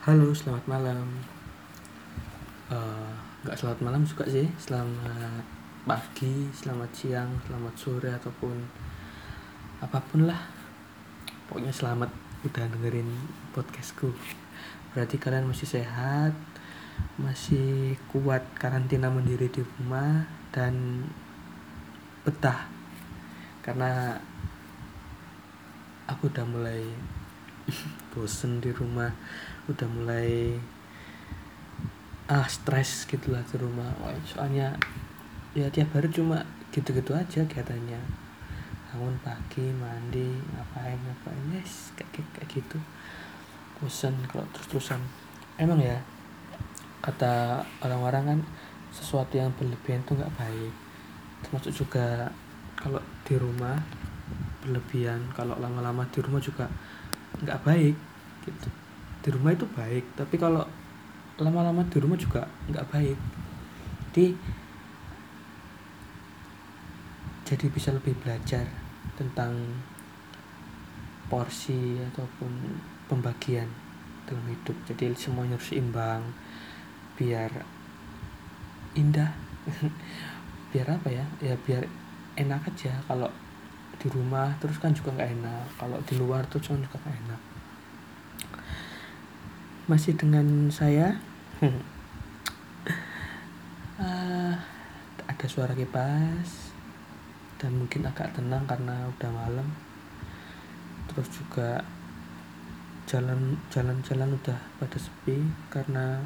Halo, selamat malam. Nggak selamat malam juga sih. Selamat pagi, selamat siang, selamat sore ataupun apapun lah. Pokoknya selamat udah dengerin podcastku. Berarti kalian masih sehat, masih kuat karantina mandiri di rumah dan betah. Karena aku udah mulai bosen di rumah, udah mulai stres gitulah di rumah. Soalnya ya tiap hari cuma gitu-gitu aja kegiatannya, bangun pagi, mandi, ngapain yes, kayak gitu. Bosan kalau terus-terusan. Emang ya, kata orang-orang kan sesuatu yang berlebihan itu nggak baik, termasuk juga kalau di rumah berlebihan, kalau lama-lama di rumah juga nggak baik gitu. Di rumah itu baik, tapi kalau lama-lama di rumah juga nggak baik. Jadi bisa lebih belajar tentang porsi ataupun pembagian dalam hidup. Jadi semuanya harus seimbang biar indah. Biar apa ya? Ya biar enak aja. Kalau di rumah terus kan juga nggak enak. Kalau di luar terus kan juga nggak enak. Masih dengan saya. Ada suara kipas dan mungkin agak tenang karena udah malam. Terus juga jalan-jalan udah pada sepi karena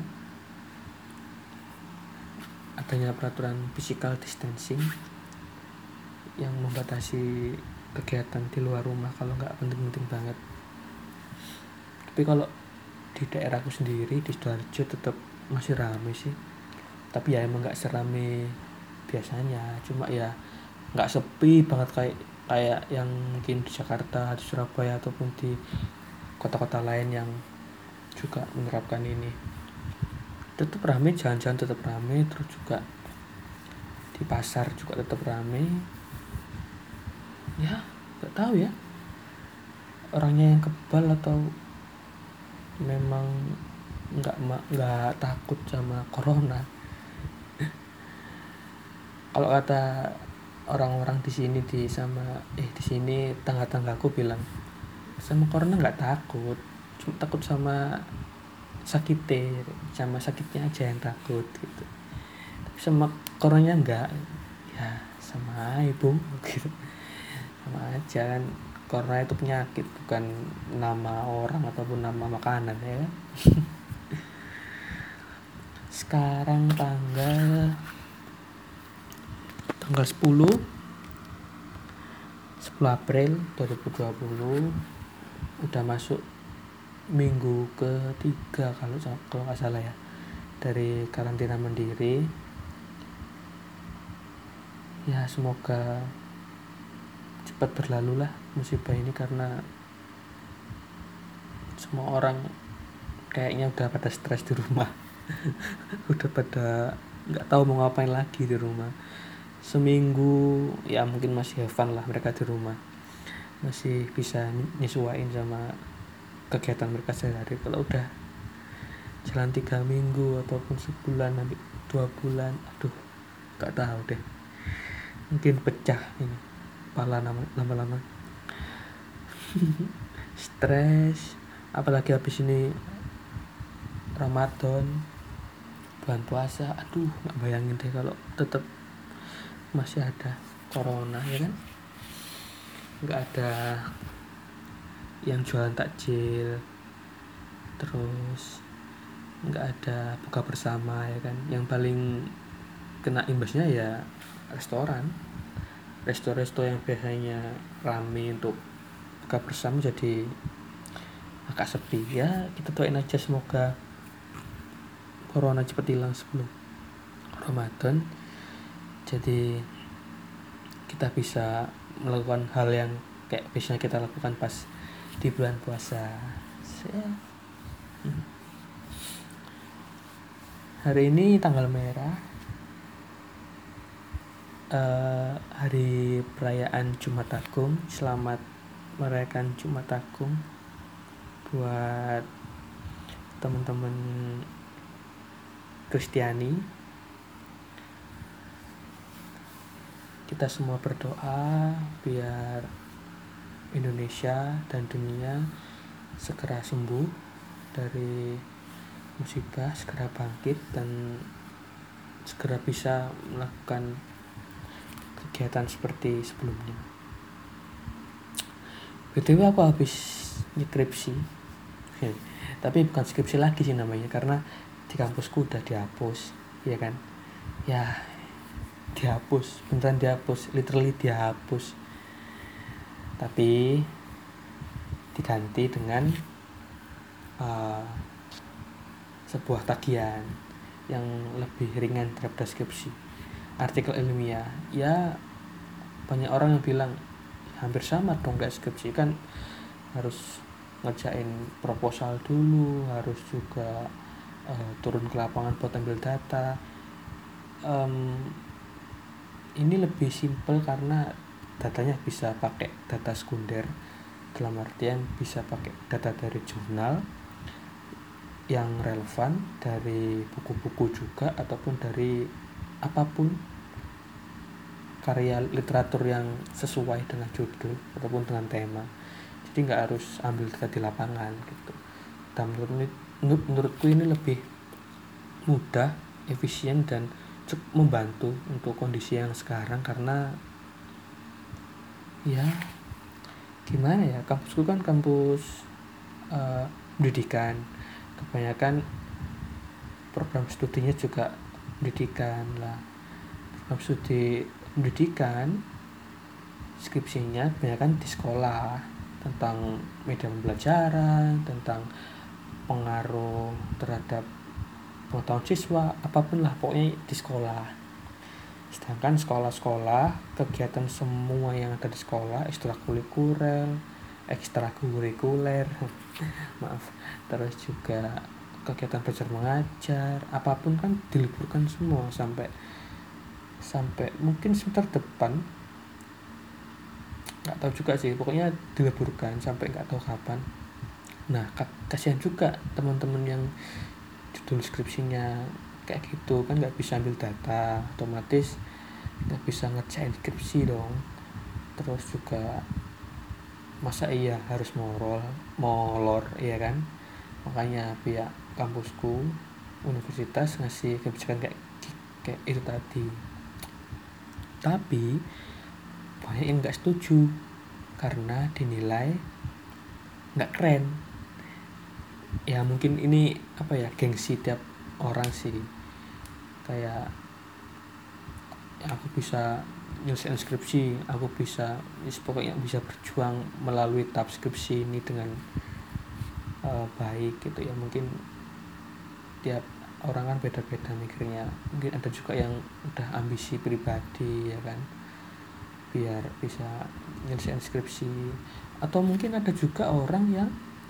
adanya peraturan physical distancing yang membatasi kegiatan di luar rumah kalau nggak penting-penting banget. Tapi kalau di daerahku sendiri di Sidoarjo tetap masih ramai sih. Tapi ya emang nggak serame biasanya, cuma ya nggak sepi banget kayak yang mungkin di Jakarta, di Surabaya ataupun di kota-kota lain yang juga menerapkan ini. Tetap ramai, jalan-jalan tetap ramai, terus juga di pasar juga tetap ramai. Ya nggak tahu ya, orangnya yang kebal atau memang nggak takut sama corona. Kalau kata orang-orang di sini di sini tangga-tanggaku bilang sama corona nggak takut, cuma takut sama sakitnya aja yang takut gitu. Tapi sama coronanya enggak, ya sama ibu gitu, sama aja kan. Corona itu penyakit, bukan nama orang ataupun nama makanan ya kan. Sekarang tanggal 10 April 2020, udah masuk minggu ketiga kalau nggak salah ya dari karantina mandiri. Ya semoga cepat berlalu lah musibah ini, karena semua orang kayaknya udah pada stres di rumah. Udah pada nggak tahu mau ngapain lagi di rumah. Seminggu ya mungkin masih have fun lah mereka di rumah, masih bisa nyesuaiin sama kegiatan mereka sehari-hari. Kalau udah jalan 3 minggu ataupun sebulan sampai 2 bulan, aduh nggak tahu deh, mungkin pecah ini kepala lama-lama. Stres, apalagi habis ini Ramadan, bulan puasa. Aduh nggak bayangin deh kalau tetap masih ada corona ya kan. Nggak ada yang jualan takjil, terus nggak ada buka bersama ya kan. Yang paling kena imbasnya ya resto yang biasanya rame untuk buka bersama jadi agak sepi. Ya kita doain aja semoga corona cepat hilang sebelum Ramadan, jadi kita bisa melakukan hal yang kayak biasanya kita lakukan pas di bulan puasa. Hari ini tanggal merah, hari perayaan Jumat Agung. Selamat merayakan Jumat Agung buat teman-teman Kristiani, kita semua berdoa biar Indonesia dan dunia segera sembuh dari musibah, segera bangkit dan segera bisa melakukan kegiatan seperti sebelumnya. BTW aku habis skripsi, tapi bukan skripsi lagi sih namanya, karena di kampusku udah dihapus, ya kan? Ya, dihapus, beneran dihapus, literally dihapus. Tapi diganti dengan sebuah tagihan yang lebih ringan terhadap deskripsi, artikel ilmiah. Ya banyak orang yang bilang hampir sama dong kayak skripsi, kan harus ngerjain proposal dulu, harus juga turun ke lapangan buat ambil data. Ini lebih simple karena datanya bisa pakai data sekunder, dalam artian bisa pakai data dari jurnal yang relevan, dari buku-buku juga, ataupun dari apapun karya literatur yang sesuai dengan judul ataupun dengan tema. Jadi nggak harus ambil data di lapangan gitu. Dan menurutku ini lebih mudah, efisien, dan cukup membantu untuk kondisi yang sekarang. Karena ya gimana ya, kampusku kan kampus pendidikan, kebanyakan program studinya juga pendidikan lah. Program studi pendidikan, skripsinya kebanyakan di sekolah, tentang media pembelajaran, tentang pengaruh terhadap pengetahuan siswa, apapun lah pokoknya di sekolah. Sedangkan sekolah-sekolah, kegiatan semua yang ada di sekolah, ekstrakurikuler maaf, terus juga kegiatan belajar mengajar, apapun kan diliburkan semua sampai mungkin semester depan, nggak tahu juga sih, pokoknya diliburkan sampai nggak tahu kapan. Nah kasihan juga teman-teman yang judul skripsinya kayak gitu, kan nggak bisa ambil data, otomatis nggak bisa ngerjain skripsi dong. Terus juga masa iya harus molor, iya kan? Makanya pihak kampusku, universitas ngasih kebijakan kayak itu tadi. Tapi banyak yang nggak setuju karena dinilai nggak keren. Ya mungkin ini apa ya, gengsi tiap orang sih. Kayak ya, aku bisa nyelesain skripsi, aku bisa pokoknya bisa berjuang melalui tahap skripsi ini dengan baik gitu ya. Mungkin tiap orang kan beda-beda mikirnya. Mungkin ada juga yang udah ambisi pribadi ya kan, biar bisa nyelesain skripsi. Atau mungkin ada juga orang yang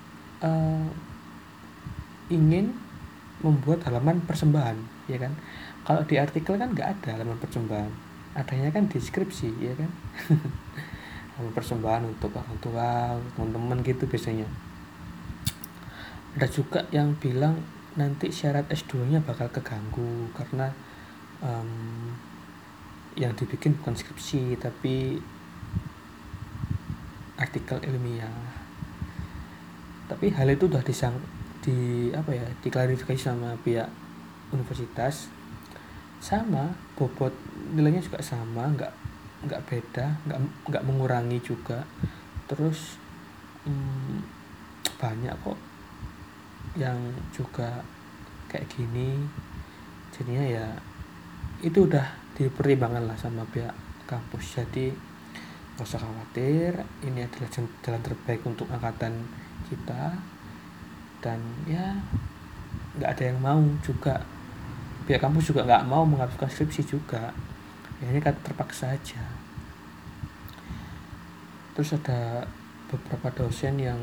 ingin membuat halaman persembahan, ya kan? Kalau di artikel kan nggak ada halaman persembahan, adanya kan di skripsi, ya kan? Halaman persembahan untuk orang tua, teman-teman gitu biasanya. Ada juga yang bilang nanti syarat S2-nya bakal keganggu karena yang dibikin bukan skripsi tapi artikel ilmiah. Tapi hal itu udah diklarifikasi sama pihak universitas, sama bobot nilainya juga sama, nggak beda, nggak mengurangi juga. Terus banyak kok yang juga kayak gini, jadinya ya itu udah dipertimbangkan lah sama pihak kampus. Jadi gak usah khawatir, ini adalah jalan terbaik untuk angkatan kita. Dan ya nggak ada yang mau juga, pihak kampus juga nggak mau menghapuskan skripsi juga ya, ini kan terpaksa aja. Terus ada beberapa dosen yang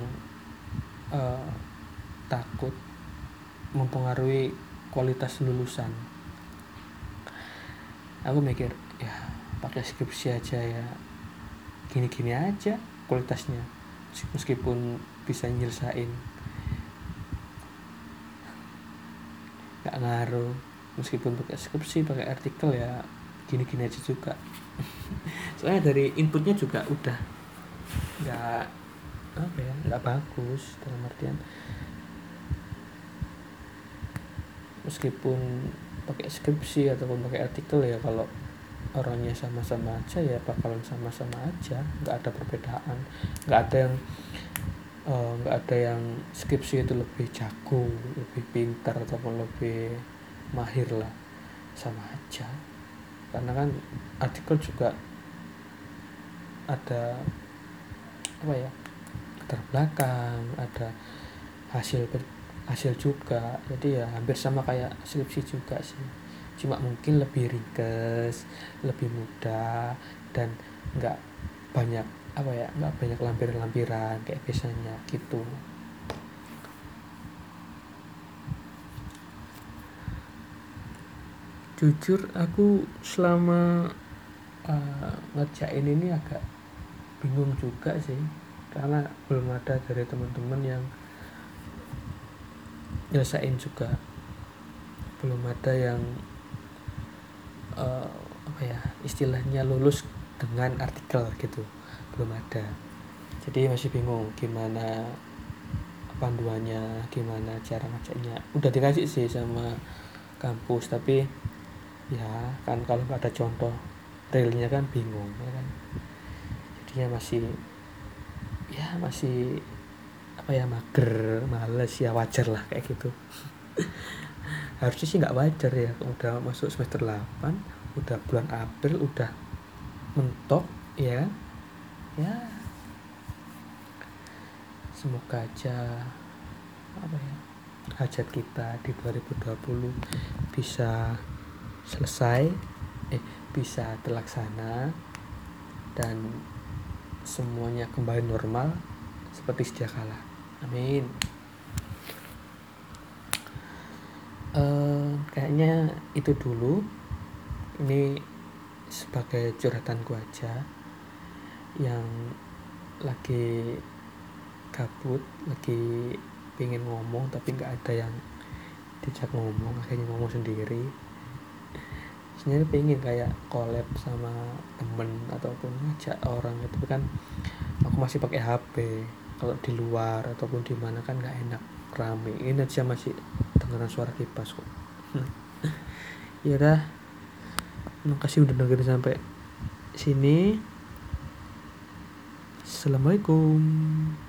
takut mempengaruhi kualitas lulusan. Aku mikir ya pakai skripsi aja ya gini-gini aja kualitasnya, meskipun bisa nyelesain. nggak ngaruh, meskipun pakai skripsi pakai artikel ya gini-gini aja juga. Soalnya dari inputnya juga udah nggak apa ya, nggak bagus, dalam artian meskipun pakai skripsi ataupun pakai artikel ya kalau orangnya sama-sama aja ya bakalan sama-sama aja, nggak ada perbedaan, nggak ada yang nggak ada yang skripsi itu lebih jago, lebih pintar ataupun lebih mahir lah, sama aja. Karena kan artikel juga ada apa ya, latar belakang, ada hasil juga, jadi ya hampir sama kayak skripsi juga sih, cuma mungkin lebih ringkas, lebih mudah, dan nggak banyak apa ya, nggak banyak lampiran-lampiran kayak biasanya gitu. Jujur aku selama ngerjain ini agak bingung juga sih, karena belum ada dari teman-teman yang nyelesain juga, belum ada yang apa ya istilahnya lulus dengan artikel gitu, belum ada. Jadi masih bingung gimana panduannya, gimana cara ngajaknya. Udah dikasih sih sama kampus, tapi ya kan kalau nggak ada contoh realnya kan bingung ya kan. Jadinya masih apa ya, mager, males ya, wajar lah kayak gitu. Harusnya sih nggak wajar ya, udah masuk semester 8, udah bulan April, udah mentok ya. Ya semoga aja apa ya, hajat kita di 2020 bisa selesai, bisa terlaksana, dan semuanya kembali normal seperti sedia kala. Amin. Kayaknya itu dulu, ini sebagai curhatanku aja yang lagi gabut, lagi pengen ngomong tapi nggak ada yang dijak ngomong, akhirnya ngomong sendiri. Sebenarnya pengen kayak collab sama temen ataupun ngajak orang, tapi kan aku masih pakai HP. Kalau di luar ataupun di mana kan nggak enak rame. Ini aja masih dengeran suara kipas kok. Ya udah, makasih udah dengerin sampai sini. Assalamualaikum.